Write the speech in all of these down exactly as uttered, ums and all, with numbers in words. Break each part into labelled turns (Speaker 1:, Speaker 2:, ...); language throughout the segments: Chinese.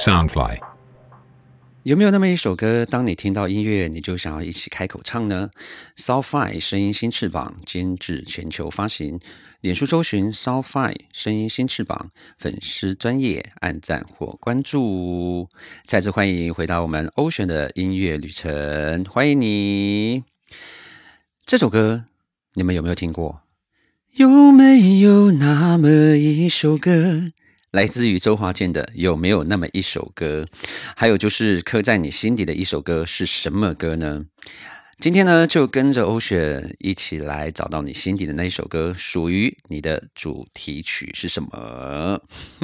Speaker 1: Soundfly。
Speaker 2: 有没有那么一首歌，当你听到音乐，你就想要一起开口唱呢？ Soundfly 声音新翅膀监制全球发行，脸书搜寻 Soundfly 声音新翅膀，粉丝专页按赞或关注。再次欢迎回到我们 Ocean 的音乐旅程，欢迎你。这首歌你们有没有听过？有没有那么一首歌，来自于周华健的有没有那么一首歌？还有就是刻在你心底的一首歌是什么歌呢？今天呢，就跟着欧选一起来找到你心底的那一首歌，属于你的主题曲是什么？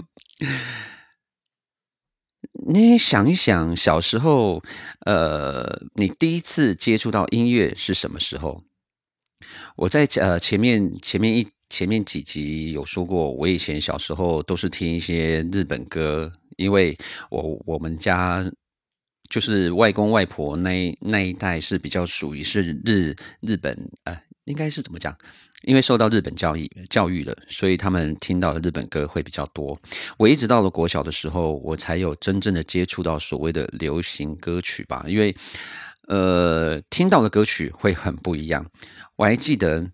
Speaker 2: 你想一想，小时候，呃，你第一次接触到音乐是什么时候？我在呃前面前面一前面几集有说过，我以前小时候都是听一些日本歌，因为我我们家就是外公外婆那那一代是比较属于是日日本呃，应该是怎么讲？因为受到日本教育教育了，所以他们听到的日本歌会比较多。我一直到了国小的时候，我才有真正的接触到所谓的流行歌曲吧，因为呃听到的歌曲会很不一样。我还记得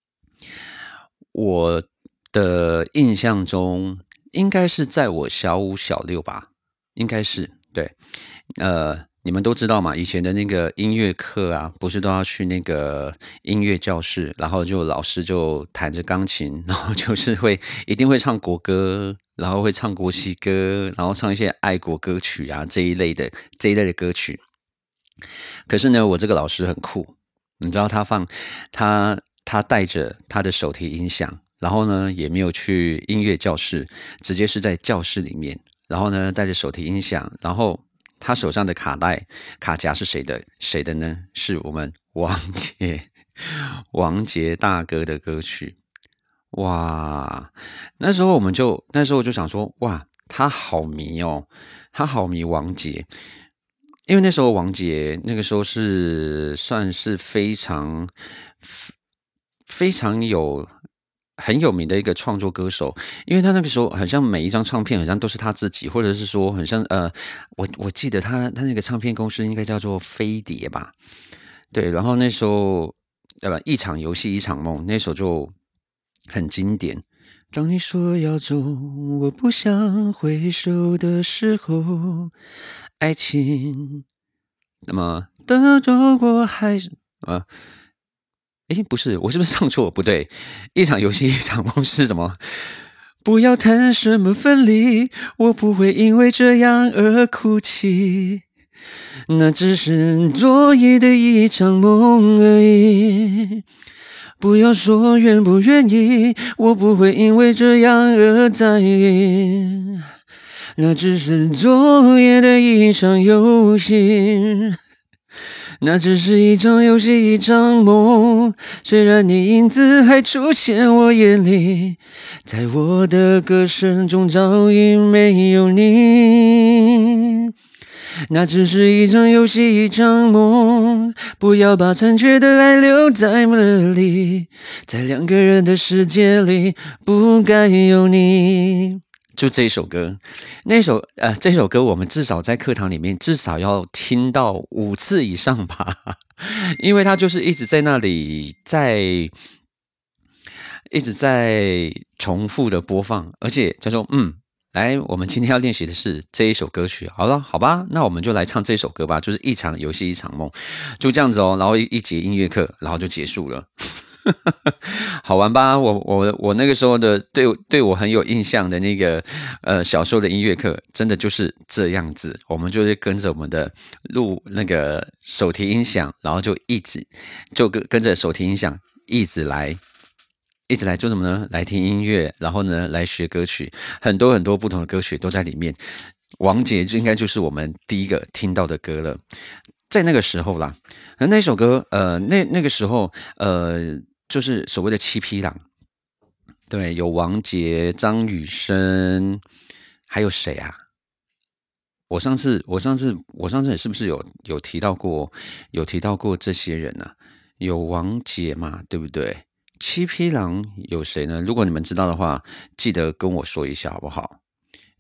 Speaker 2: 我的印象中，应该是在我小五小六吧，应该是对。呃，你们都知道嘛，以前的那个音乐课啊，不是都要去那个音乐教室，然后就老师就弹着钢琴，然后就是会一定会唱国歌，然后会唱国旗歌，然后唱一些爱国歌曲啊这一类的这一类的歌曲。可是呢，我这个老师很酷，你知道他放他他带着他的手提音响，然后呢也没有去音乐教室，直接是在教室里面，然后呢带着手提音响，然后他手上的卡带卡夹是谁的？谁的呢？是我们王杰王杰大哥的歌曲。哇，那时候我们就那时候我就想说，哇，他好迷哦，他好迷王杰。因为那时候王杰那个时候是算是非常非常有很有名的一个创作歌手，因为他那个时候好像每一张唱片好像都是他自己，或者是说很像呃，我我记得他他那个唱片公司应该叫做飞碟吧，对，然后那时候呃一场游戏一场梦那首就很经典。当你说要走，我不想回首的时候，爱情那么的走过还是啊？诶，不是，我是不是唱错？不对，一场游戏一场梦是什么？不要谈什么分离，我不会因为这样而哭泣，那只是昨夜的一场梦而已。不要说愿不愿意，我不会因为这样而在意，那只是昨夜的一场游戏，那只是一场游戏一场梦。虽然你影子还出现我眼里，在我的歌声中早已没有你，那只是一场游戏一场梦。不要把残缺的爱留在梦里，在两个人的世界里不该有你。就这一首歌，那首呃，这首歌我们至少在课堂里面至少要听到五次以上吧，因为它就是一直在那里在一直在重复的播放，而且叫做嗯。来，我们今天要练习的是这一首歌曲。好了，好吧，那我们就来唱这首歌吧，就是一场游戏一场梦，就这样子哦。然后一一节音乐课，然后就结束了，好玩吧？我我我那个时候的对对我很有印象的那个呃小时候的音乐课，真的就是这样子。我们就是跟着我们的录那个手提音响，然后就一直就跟跟着手提音响一直来。一直来做什么呢？来听音乐，然后呢，来学歌曲，很多很多不同的歌曲都在里面。王杰就应该就是我们第一个听到的歌了，在那个时候啦，那首歌，呃，那那个时候，呃，就是所谓的七匹狼，对，有王杰、张雨生，还有谁啊？我上次，我上次，我上次是不是有有提到过，有提到过这些人啊？有王杰嘛，对不对？七匹狼有谁呢？如果你们知道的话，记得跟我说一下好不好？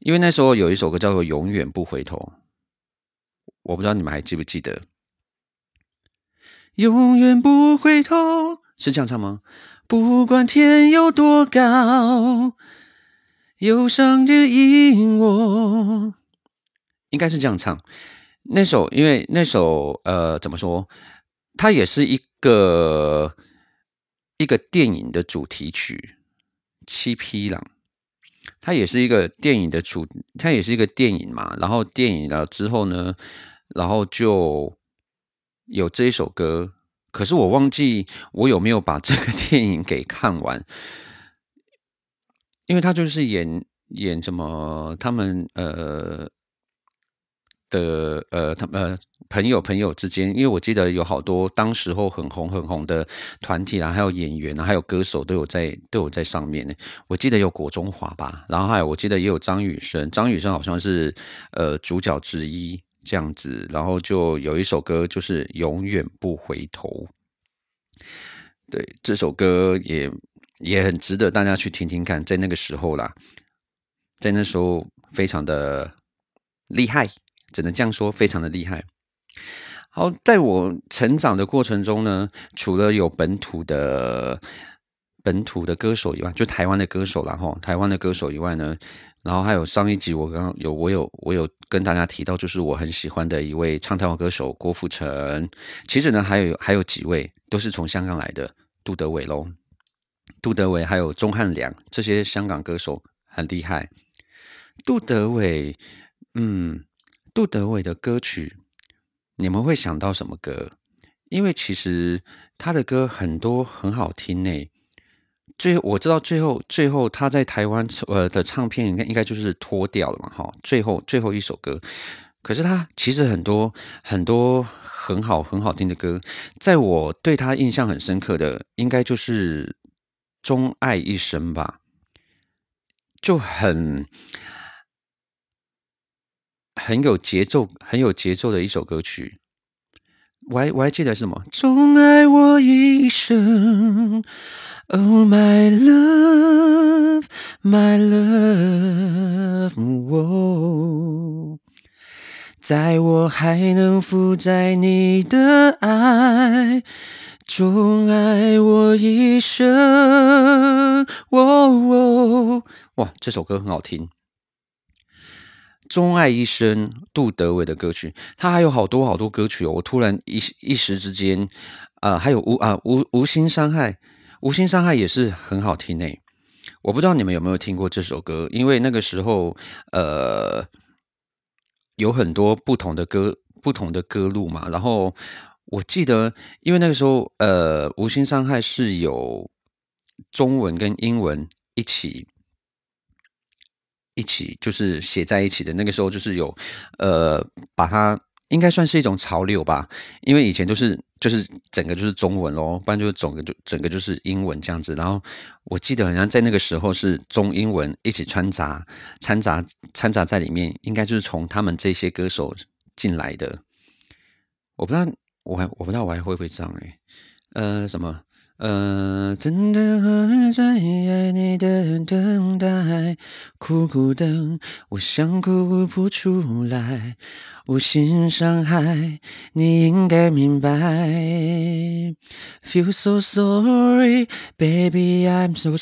Speaker 2: 因为那时候有一首歌叫做《永远不回头》，我不知道你们还记不记得？永远不回头，是这样唱吗？不管天有多高，忧伤的引我，应该是这样唱。那首，因为那首呃，怎么说？它也是一个一个电影的主题曲，《七匹狼》。它也是一个电影的主，它也是一个电影嘛。然后电影了之后呢，然后就有这一首歌。可是我忘记我有没有把这个电影给看完，因为他就是演演什么他们呃的呃他们呃朋友朋友之间，因为我记得有好多当时候很红很红的团体啊，还有演员啊，还有歌手都有在都有在上面呢。我记得有果中华吧，然后还有我记得也有张雨生，张雨生好像是呃主角之一这样子，然后就有一首歌就是永远不回头。对，这首歌也也很值得大家去听听看，在那个时候啦，在那时候非常的厉害，只能这样说，非常的厉害。好，在我成长的过程中呢，除了有本土的本土的歌手以外，就台湾的歌手啦齁，台湾的歌手以外呢，然后还有上一集我刚刚有我有我有跟大家提到，就是我很喜欢的一位唱跳歌手郭富城。其实呢，还有还有几位都是从香港来的，杜德伟咯，杜德伟还有钟汉良这些香港歌手很厉害。杜德伟，嗯，杜德伟的歌曲，你们会想到什么歌？因为其实他的歌很多很好听呢。最我知道最后最后他在台湾呃的唱片应该应该就是脱掉了嘛哈，最后最后一首歌。可是他其实很多很多很好很好听的歌，在我对他印象很深刻的，应该就是《钟爱一生》吧，就很很有节奏，很有节奏的一首歌曲。我还我还记得是什么，钟爱我一生，Oh my love, my love，哦，在我还能负载你的爱，钟爱我一生，哦哦，哇，这首歌很好听。钟爱一生，杜德伟的歌曲，他还有好多好多歌曲哦。我突然一一时之间，呃，还有无啊无无心伤害，无心伤害也是很好听诶。我不知道你们有没有听过这首歌，因为那个时候，呃，有很多不同的歌，不同的歌路嘛。然后我记得，因为那个时候，呃，无心伤害是有中文跟英文一起。一起就是写在一起的，那个时候就是有，呃，把它应该算是一种潮流吧，因为以前都是就是整个就是中文咯，不然就是整个就整个就是英文这样子。然后我记得好像在那个时候是中英文一起穿插掺杂掺杂在里面，应该就是从他们这些歌手进来的。我不知道我还我不知道我还会不会唱诶、呃，什么？呃，真的很在爱你的等待，苦苦等，我想哭不出来，无心伤害，你应该明白。Feel so sorry, baby, I'm so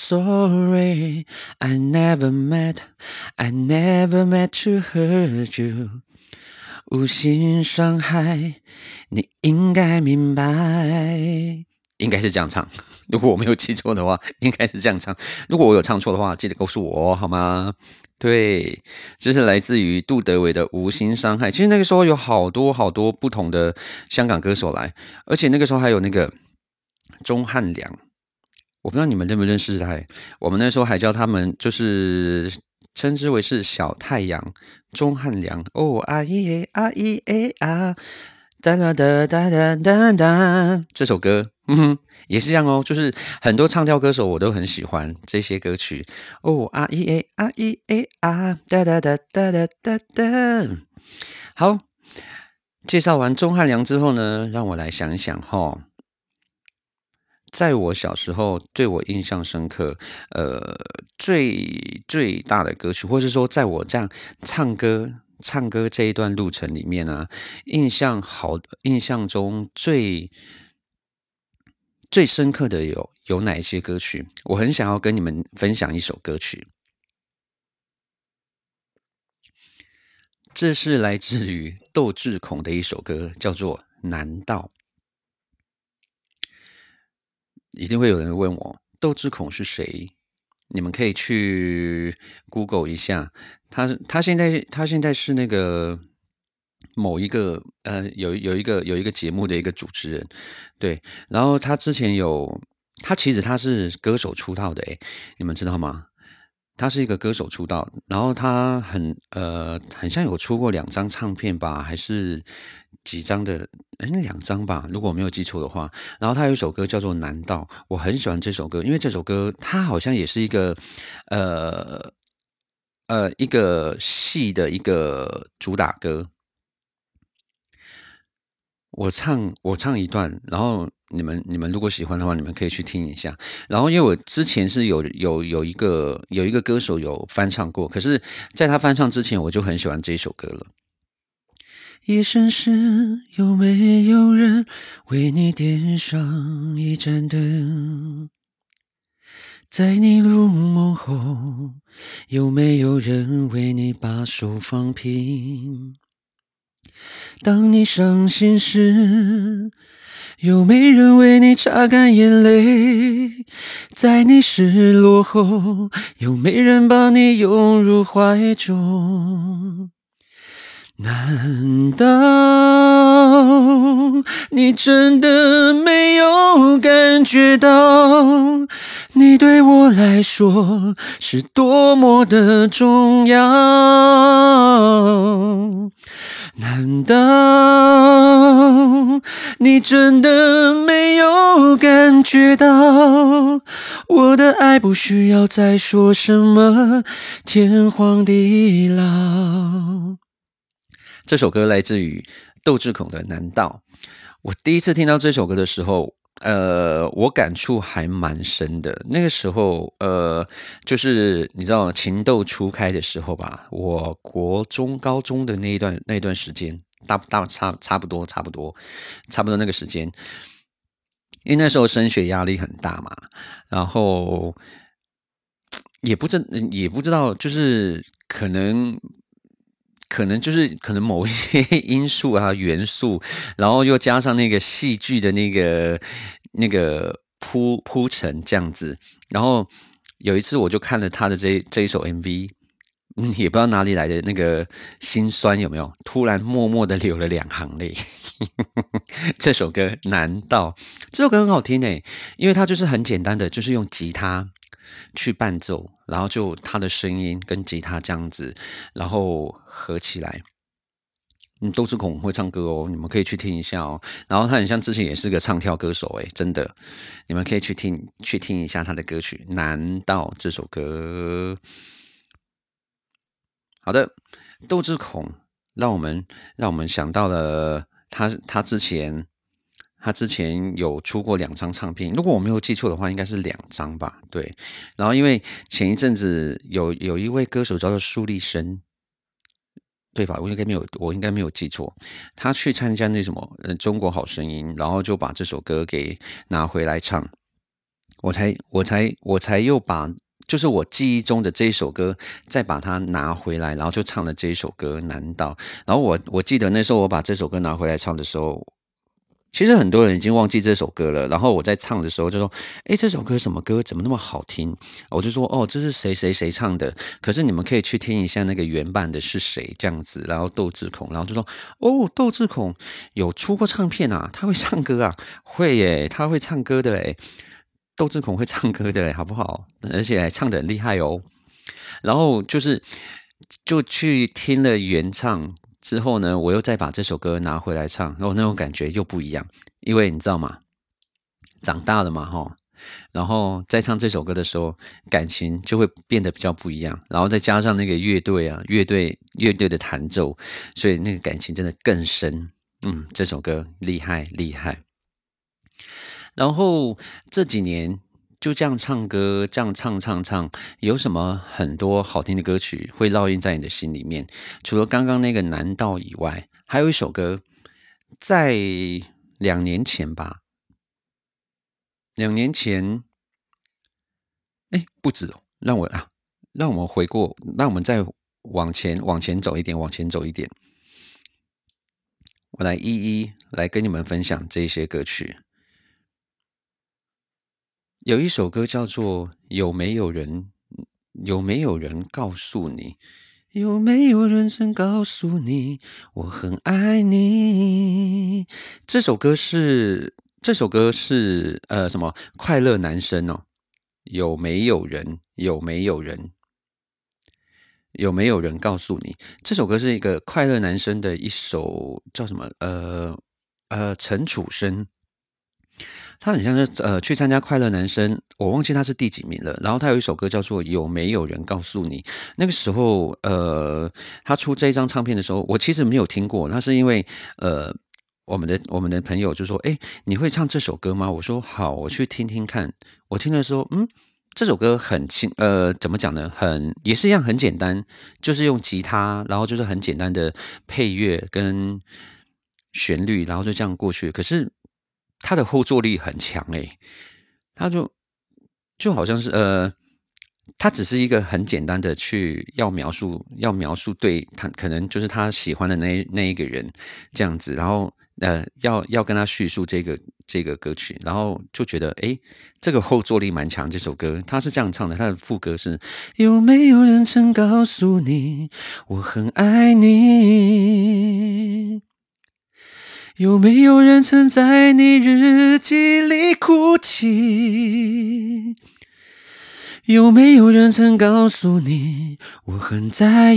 Speaker 2: sorry. I never met, I never meant to hurt you. 无心伤害，你应该明白。应该是这样唱，如果我没有记错的话，应该是这样唱。如果我有唱错的话，记得告诉我好吗？对，这是来自于杜德伟的《无心伤害》。其实那个时候有好多好多不同的香港歌手来，而且那个时候还有那个钟汉良，我不知道你们认不认识他。我们那时候还叫他们就是称之为是小太阳钟汉良。哦啊咦耶啊咦耶啊。哒哒哒哒哒哒哒，这首歌，嗯哼，也是这样哦。就是很多唱跳歌手我都很喜欢这些歌曲。哦啊咦诶啊咦诶啊，哒哒哒哒哒哒哒。好，介绍完钟汉良之后呢，让我来想一想哈。在我小时候，对我印象深刻，呃， 最最大的歌曲，或是说在我这样唱歌唱歌这一段路程里面啊，印象好印象中最最深刻的有有哪一些歌曲？我很想要跟你们分享一首歌曲，这是来自于窦智孔的一首歌，叫做《难道》。一定会有人问我，窦智孔是谁？你们可以去 Google 一下，他他现在他现在是那个某一个呃有有一个有一个节目的一个主持人，对，然后他之前有他其实他是歌手出道的诶，你们知道吗？他是一个歌手出道，然后他很呃很像有出过两张唱片吧，还是几张的？哎，两张吧，如果我没有记错的话。然后他有一首歌叫做《难道》，我很喜欢这首歌，因为这首歌它好像也是一个呃呃一个戏的一个主打歌。我唱我唱一段，然后你们你们如果喜欢的话，你们可以去听一下。然后因为我之前是有有有一个有一个歌手有翻唱过，可是在他翻唱之前，我就很喜欢这一首歌了。夜深时，有没有人为你点上一盏灯？在你入梦后，有没有人为你把手放平？当你伤心时，有没人为你擦干眼泪？在你失落后，有没人把你拥入怀中？难道你真的没有感觉到，你对我来说是多么的重要？难道你真的没有感觉到，我的爱不需要再说什么天荒地老？这首歌来自于窦智孔的《难道》。我第一次听到这首歌的时候，呃，我感触还蛮深的。那个时候，呃，就是你知道情窦初开的时候吧，我国中、高中的那一段那一段时间，大大差差不多，差不多，差不多那个时间，因为那时候升学压力很大嘛，然后也不知也不知道，就是可能。可能就是可能某一些因素啊元素，然后又加上那个戏剧的那个那个铺铺陈这样子，然后有一次我就看了他的这这一首 M V，嗯，也不知道哪里来的那个心酸有没有，突然默默的流了两行泪。这首歌难道这首歌很好听诶，因为它就是很简单的，就是用吉他去伴奏，然后就他的声音跟吉他这样子，然后合起来。嗯，窦智孔会唱歌哦，你们可以去听一下哦。然后他很像之前也是个唱跳歌手诶，真的，你们可以去听去听一下他的歌曲《难道》这首歌。好的，窦智孔让我们让我们想到了他他之前他之前有出过两张唱片，如果我没有记错的话，应该是两张吧。对，然后因为前一阵子有有一位歌手叫做苏丽生，对吧？我应该没有我应该没有记错，他去参加那什么呃中国好声音，然后就把这首歌给拿回来唱。我才我才我才又把就是我记忆中的这一首歌，再把它拿回来，然后就唱了这一首歌《难道》。然后我我记得那时候我把这首歌拿回来唱的时候，其实很多人已经忘记这首歌了。然后我在唱的时候就说：“诶，这首歌什么歌？怎么那么好听？”我就说：“哦，这是谁谁谁唱的？可是你们可以去听一下那个原版的是谁这样子。”然后窦智孔，然后就说：“哦，窦智孔有出过唱片啊，他会唱歌啊，会耶，他会唱歌的诶。”窦智孔会唱歌的，好不好？而且还唱得很厉害哦。然后就是就去听了原唱之后呢，我又再把这首歌拿回来唱，然后那种感觉又不一样。因为你知道吗？长大了嘛，哈。然后在唱这首歌的时候，感情就会变得比较不一样。然后再加上那个乐队啊，乐队乐队的弹奏，所以那个感情真的更深。嗯，这首歌厉害厉害。然后这几年就这样唱歌，这样唱唱唱，有什么很多好听的歌曲会烙印在你的心里面？除了刚刚那个《难道》以外，还有一首歌，在两年前吧，两年前，哎，不止哦，让我啊，让我们回过，让我们再往前往前走一点，往前走一点，我来一一来跟你们分享这些歌曲。有一首歌叫做《有没有人有没有人告诉你》，有没有人曾告诉你我很爱你？这首歌是这首歌是呃什么？快乐男生哦，有没有人？有没有人？有没有人告诉你？这首歌是一个快乐男生的一首叫什么？呃呃，陈楚生。他很像是呃去参加快乐男生，我忘记他是第几名了。然后他有一首歌叫做《有没有人告诉你》。那个时候，呃，他出这一张唱片的时候，我其实没有听过。那是因为呃，我们的我们的朋友就说：“哎，你会唱这首歌吗？”我说：“好，我去听听看。”我听的时候，嗯，这首歌很轻，呃，怎么讲呢？很也是一样很简单，就是用吉他，然后就是很简单的配乐跟旋律，然后就这样过去。可是它的后坐力很强诶，它就就好像是呃，它只是一个很简单的去要描述要描述对他可能就是他喜欢的那那一个人这样子，然后呃要要跟他叙述这个这个歌曲，然后就觉得诶，这个后坐力蛮强。这首歌他是这样唱的，他的副歌是有没有人曾告诉你我很爱你？有没有人曾在你日记里哭泣？有没有人曾告诉你我很在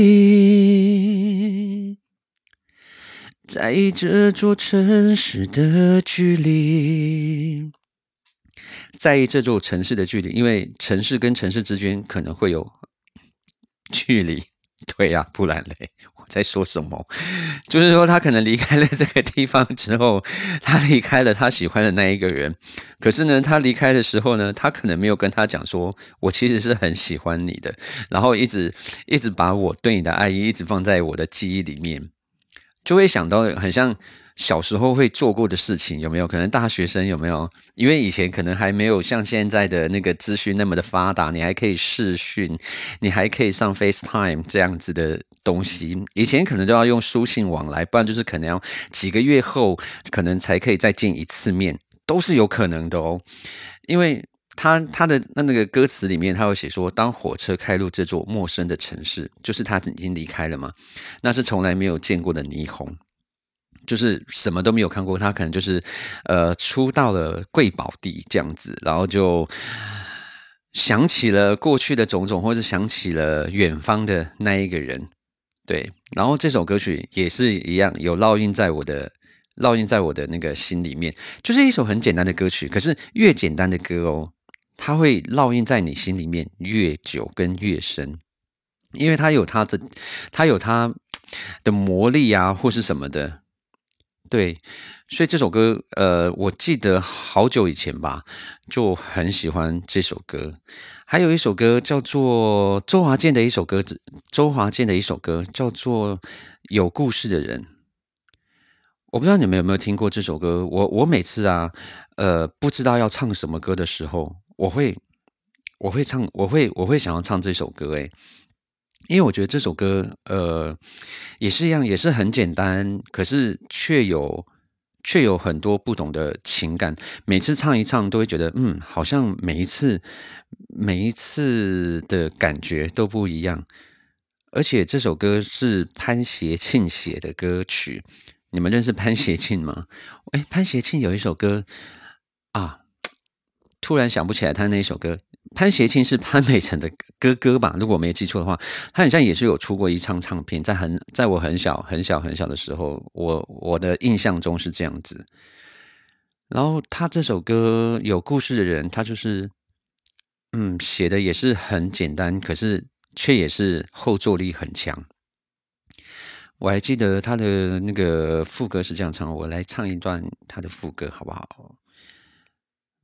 Speaker 2: 意？在意这座城市的距离，在意这座城市的距离，因为城市跟城市之间可能会有距离。对呀、啊，不然嘞，我在说什么？就是说，他可能离开了这个地方之后，他离开了他喜欢的那一个人。可是呢，他离开的时候呢，他可能没有跟他讲说，我其实是很喜欢你的，然后一直一直把我对你的爱意一直放在我的记忆里面。就会想到很像小时候会做过的事情，有没有？可能大学生有没有？因为以前可能还没有像现在的那个资讯那么的发达，你还可以视讯，你还可以上 FaceTime 这样子的东西。以前可能都要用书信往来，不然就是可能要几个月后，可能才可以再见一次面，都是有可能的哦。因为他他的那那个歌词里面，他有写说，当火车开入这座陌生的城市，就是他已经离开了嘛，那是从来没有见过的霓虹，就是什么都没有看过，他可能就是呃出到了贵宝地这样子，然后就想起了过去的种种，或者想起了远方的那一个人，对，然后这首歌曲也是一样，有烙印在我的烙印在我的那个心里面，就是一首很简单的歌曲，可是越简单的歌哦，它会烙印在你心里面越久跟越深，因为它有它的，它有它的魔力啊，或是什么的。对，所以这首歌，呃，我记得好久以前吧，就很喜欢这首歌。还有一首歌叫做周华健的一首歌子，周华健的一首歌叫做《有故事的人》。我不知道你们有没有听过这首歌。我我每次啊，呃，不知道要唱什么歌的时候，我会我会唱，我会我会想要唱这首歌。诶，因为我觉得这首歌，呃，也是一样，也是很简单，可是却有却有很多不同的情感。每次唱一唱，都会觉得，嗯，好像每一次每一次的感觉都不一样。而且这首歌是潘协庆写的歌曲，你们认识潘协庆吗？哎，潘协庆有一首歌啊，突然想不起来他那一首歌。潘协庆是潘美辰的哥哥吧？如果我没记错的话，他好像也是有出过一张唱片，在很在我很小很小很小的时候，我我的印象中是这样子。然后他这首歌有故事的人，他就是嗯写的也是很简单，可是却也是后坐力很强。我还记得他的那个副歌是这样唱，我来唱一段他的副歌好不好？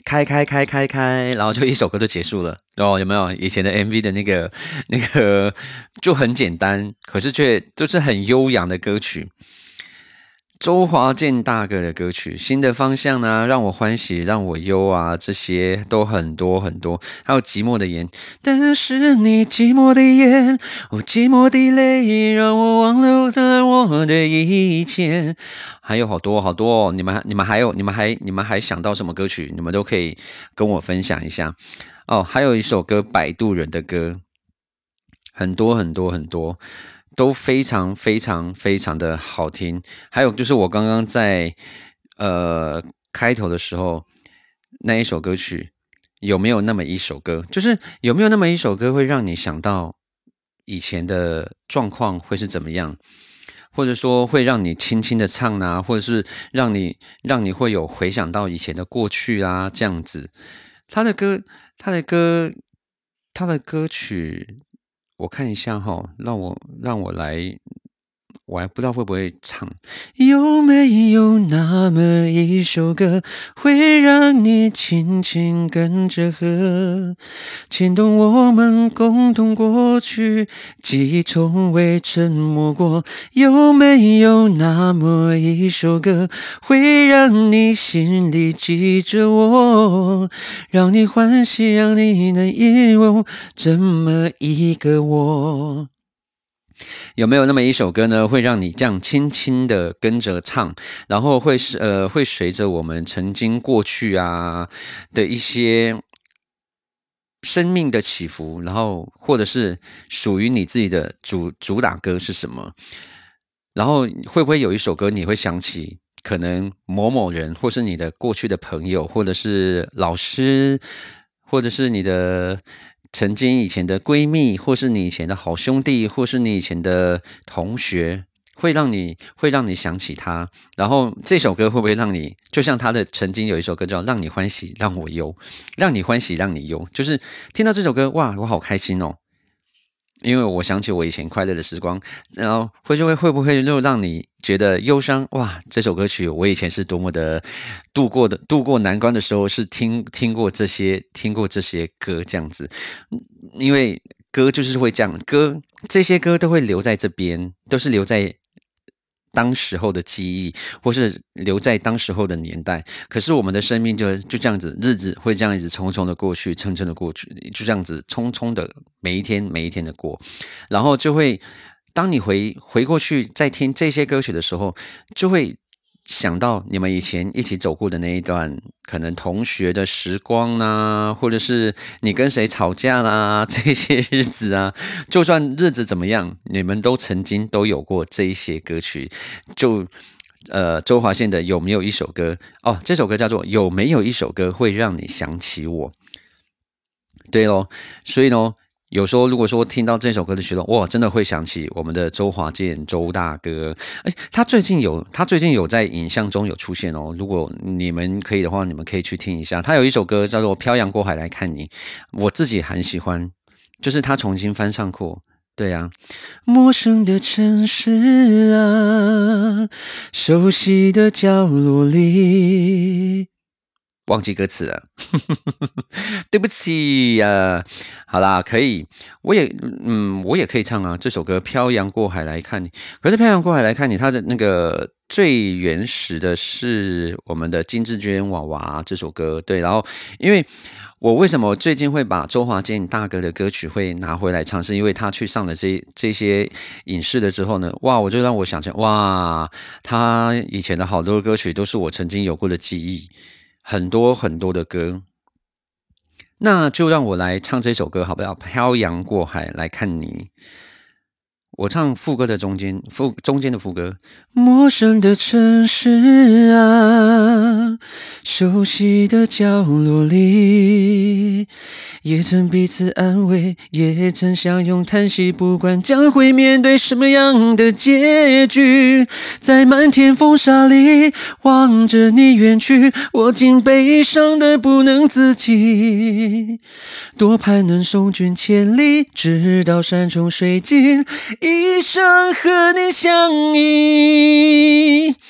Speaker 2: 开开开开开，然后就一首歌就结束了。哦，有没有以前的 M V 的那个那个就很简单，可是却就是很悠扬的歌曲。周华健大哥的歌曲，新的方向啊，让我欢喜让我忧啊，这些都很多很多。还有寂寞的眼，但是你寂寞的眼，我寂寞的泪，让我忘了我的一切。还有好多好多哦，你们你们还有你们还你们还想到什么歌曲？你们都可以跟我分享一下哦。还有一首歌，摆渡人的歌，很多很多很多。都非常非常非常的好听。还有就是我刚刚在呃开头的时候那一首歌曲，有没有那么一首歌，就是有没有那么一首歌会让你想到以前的状况会是怎么样，或者说会让你轻轻的唱啊，或者是让你让你会有回想到以前的过去啊，这样子。他的歌，他的歌，他的歌曲。我看一下哈，让我让我来，我还不知道会不会唱。有没有那么一首歌，会让你轻轻跟着和，牵动我们共同过去，记忆从未沉默过。有没有那么一首歌，会让你心里记着我，让你欢喜，让你能因为我这么一个我。有没有那么一首歌呢，会让你这样轻轻的跟着唱，然后会是呃会随着我们曾经过去啊的一些生命的起伏，然后或者是属于你自己的主主打歌是什么？然后会不会有一首歌你会想起可能某某人，或是你的过去的朋友，或者是老师，或者是你的曾经以前的闺蜜，或是你以前的好兄弟，或是你以前的同学，会让你会让你想起他。然后这首歌会不会让你，就像他的曾经有一首歌叫《让你欢喜让我忧》，让你欢喜让你忧，就是听到这首歌，哇，我好开心哦。因为我想起我以前快乐的时光，然后会就会会不会又让你觉得忧伤？哇，这首歌曲我以前是多么的度过的度过难关的时候，是听听过这些听过这些歌这样子，因为歌就是会这样，歌这些歌都会留在这边，都是留在当时候的记忆，或是留在当时候的年代。可是我们的生命就就这样子，日子会这样子匆匆的过去，匆匆的过去，就这样子匆匆的每一天每一天的过，然后就会，当你回回过去再听这些歌曲的时候，就会想到你们以前一起走过的那一段，可能同学的时光啊，或者是你跟谁吵架啦，这些日子啊，就算日子怎么样，你们都曾经都有过这一些歌曲。就呃，周华健的有没有一首歌？哦，这首歌叫做《有没有一首歌会让你想起我》。对咯，所以呢，有时候如果说听到这首歌的时候，哇，真的会想起我们的周华健周大哥。哎，他最近有他最近有在影像中有出现哦。如果你们可以的话，你们可以去听一下。他有一首歌叫做《漂洋过海来看你》，我自己很喜欢，就是他重新翻唱过。对啊，陌生的城市啊，熟悉的角落里。忘记歌词了，对不起呀、呃。好啦，可以，我也嗯，我也可以唱啊。这首歌《漂洋过海来看你》，可是《漂洋过海来看你》，它的那个最原始的是我们的金志娟娃娃这首歌。对，然后因为我为什么最近会把周华健大哥的歌曲会拿回来唱，是因为他去上了这这些影视的之后呢，哇，我就让我想起哇，他以前的好多歌曲都是我曾经有过的记忆。很多很多的歌，那就让我来唱这首歌好不好？漂洋过海来看你，我唱副歌的中间，副中间的副歌。陌生的城市啊，熟悉的角落里，也曾彼此安慰，也曾相拥叹息，不管将会面对什么样的结局，在漫天风沙里望着你远去，我竟悲伤的不能自己，多盼能送君千里，直到山穷水尽，一生和你相依。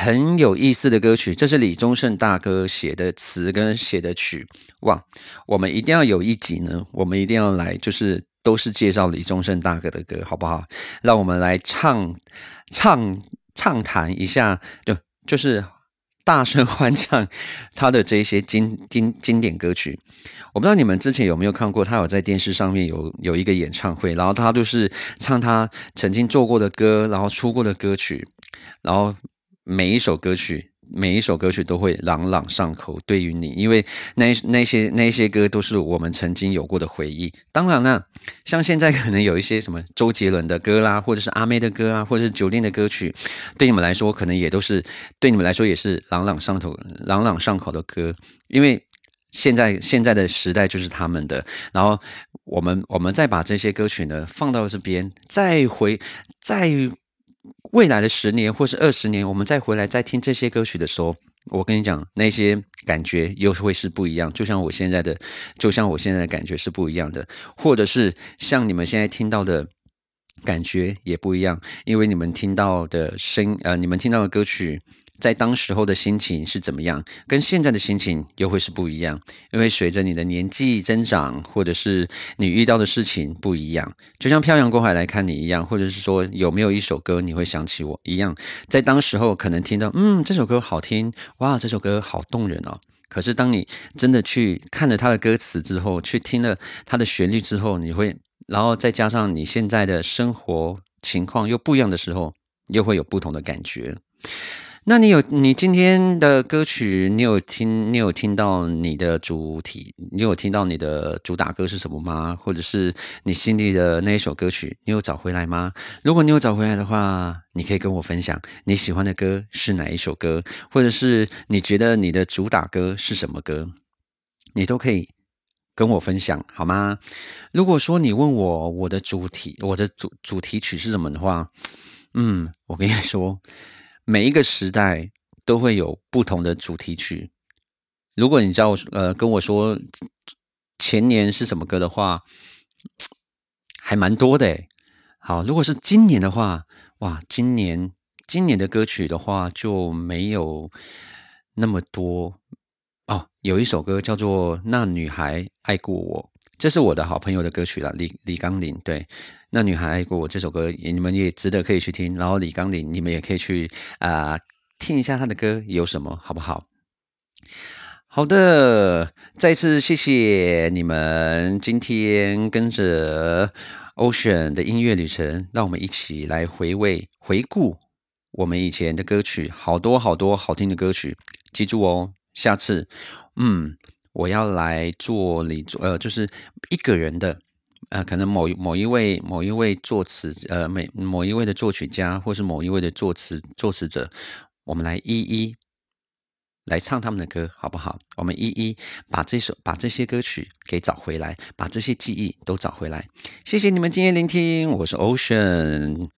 Speaker 2: 很有意思的歌曲，这是李宗盛大哥写的词跟写的曲。哇，我们一定要有一集呢，我们一定要来，就是都是介绍李宗盛大哥的歌，好不好？让我们来唱唱畅谈一下，就就是大声欢唱他的这些经经经典歌曲。我不知道你们之前有没有看过，他有在电视上面有有一个演唱会，然后他就是唱他曾经做过的歌，然后出过的歌曲，然后每一首歌曲。每一首歌曲都会朗朗上口，对于你，因为那那些那些歌都是我们曾经有过的回忆。当然了，像现在可能有一些什么周杰伦的歌啦，或者是阿妹的歌啊，或者是九令的歌曲，对你们来说可能也都是对你们来说也是朗朗上口、朗朗上口的歌，因为现在现在的时代就是他们的。然后我们我们再把这些歌曲呢放到这边，再回再。未来的十年或是二十年，我们再回来再听这些歌曲的时候，我跟你讲，那些感觉又会是不一样。就像我现在的，就像我现在的感觉是不一样的，或者是像你们现在听到的感觉也不一样，因为你们听到的声，呃，你们听到的歌曲，在当时候的心情是怎么样，跟现在的心情又会是不一样。因为随着你的年纪增长，或者是你遇到的事情不一样，就像漂洋过海来看你一样，或者是说有没有一首歌你会想起我一样，在当时候可能听到，嗯，这首歌好听，哇，这首歌好动人哦。可是当你真的去看了他的歌词之后，去听了他的旋律之后，你会，然后再加上你现在的生活情况又不一样的时候，又会有不同的感觉。那你有你今天的歌曲，你有听你有听到你的主题，你有听到你的主打歌是什么吗？或者是你心里的那一首歌曲，你有找回来吗？如果你有找回来的话，你可以跟我分享你喜欢的歌是哪一首歌，或者是你觉得你的主打歌是什么歌，你都可以跟我分享好吗？如果说你问我我的主题我的主主题曲是什么的话，嗯，我跟你说，每一个时代都会有不同的主题曲。如果你叫我呃跟我说前年是什么歌的话，还蛮多的诶。好，如果是今年的话，哇，今年今年的歌曲的话就没有那么多哦。有一首歌叫做《那女孩爱过我》，这是我的好朋友的歌曲啦，李李刚林。对，《那女孩爱过我》这首歌，你们也值得可以去听。然后李刚林，你们也可以去啊、呃听一下他的歌有什么，好不好？好的，再次谢谢你们今天跟着 Ocean 的音乐旅程，让我们一起来回味、回顾我们以前的歌曲，好多好多好听的歌曲。记住哦，下次，嗯，我要来做你呃，就是一个人的。呃，可能某某一位某一位作词呃，每某一位的作曲家，或是某一位的作词作词者，我们来一一来唱他们的歌，好不好？我们一一把这首把这些歌曲给找回来，把这些记忆都找回来。谢谢你们今天聆听，我是 Ocean。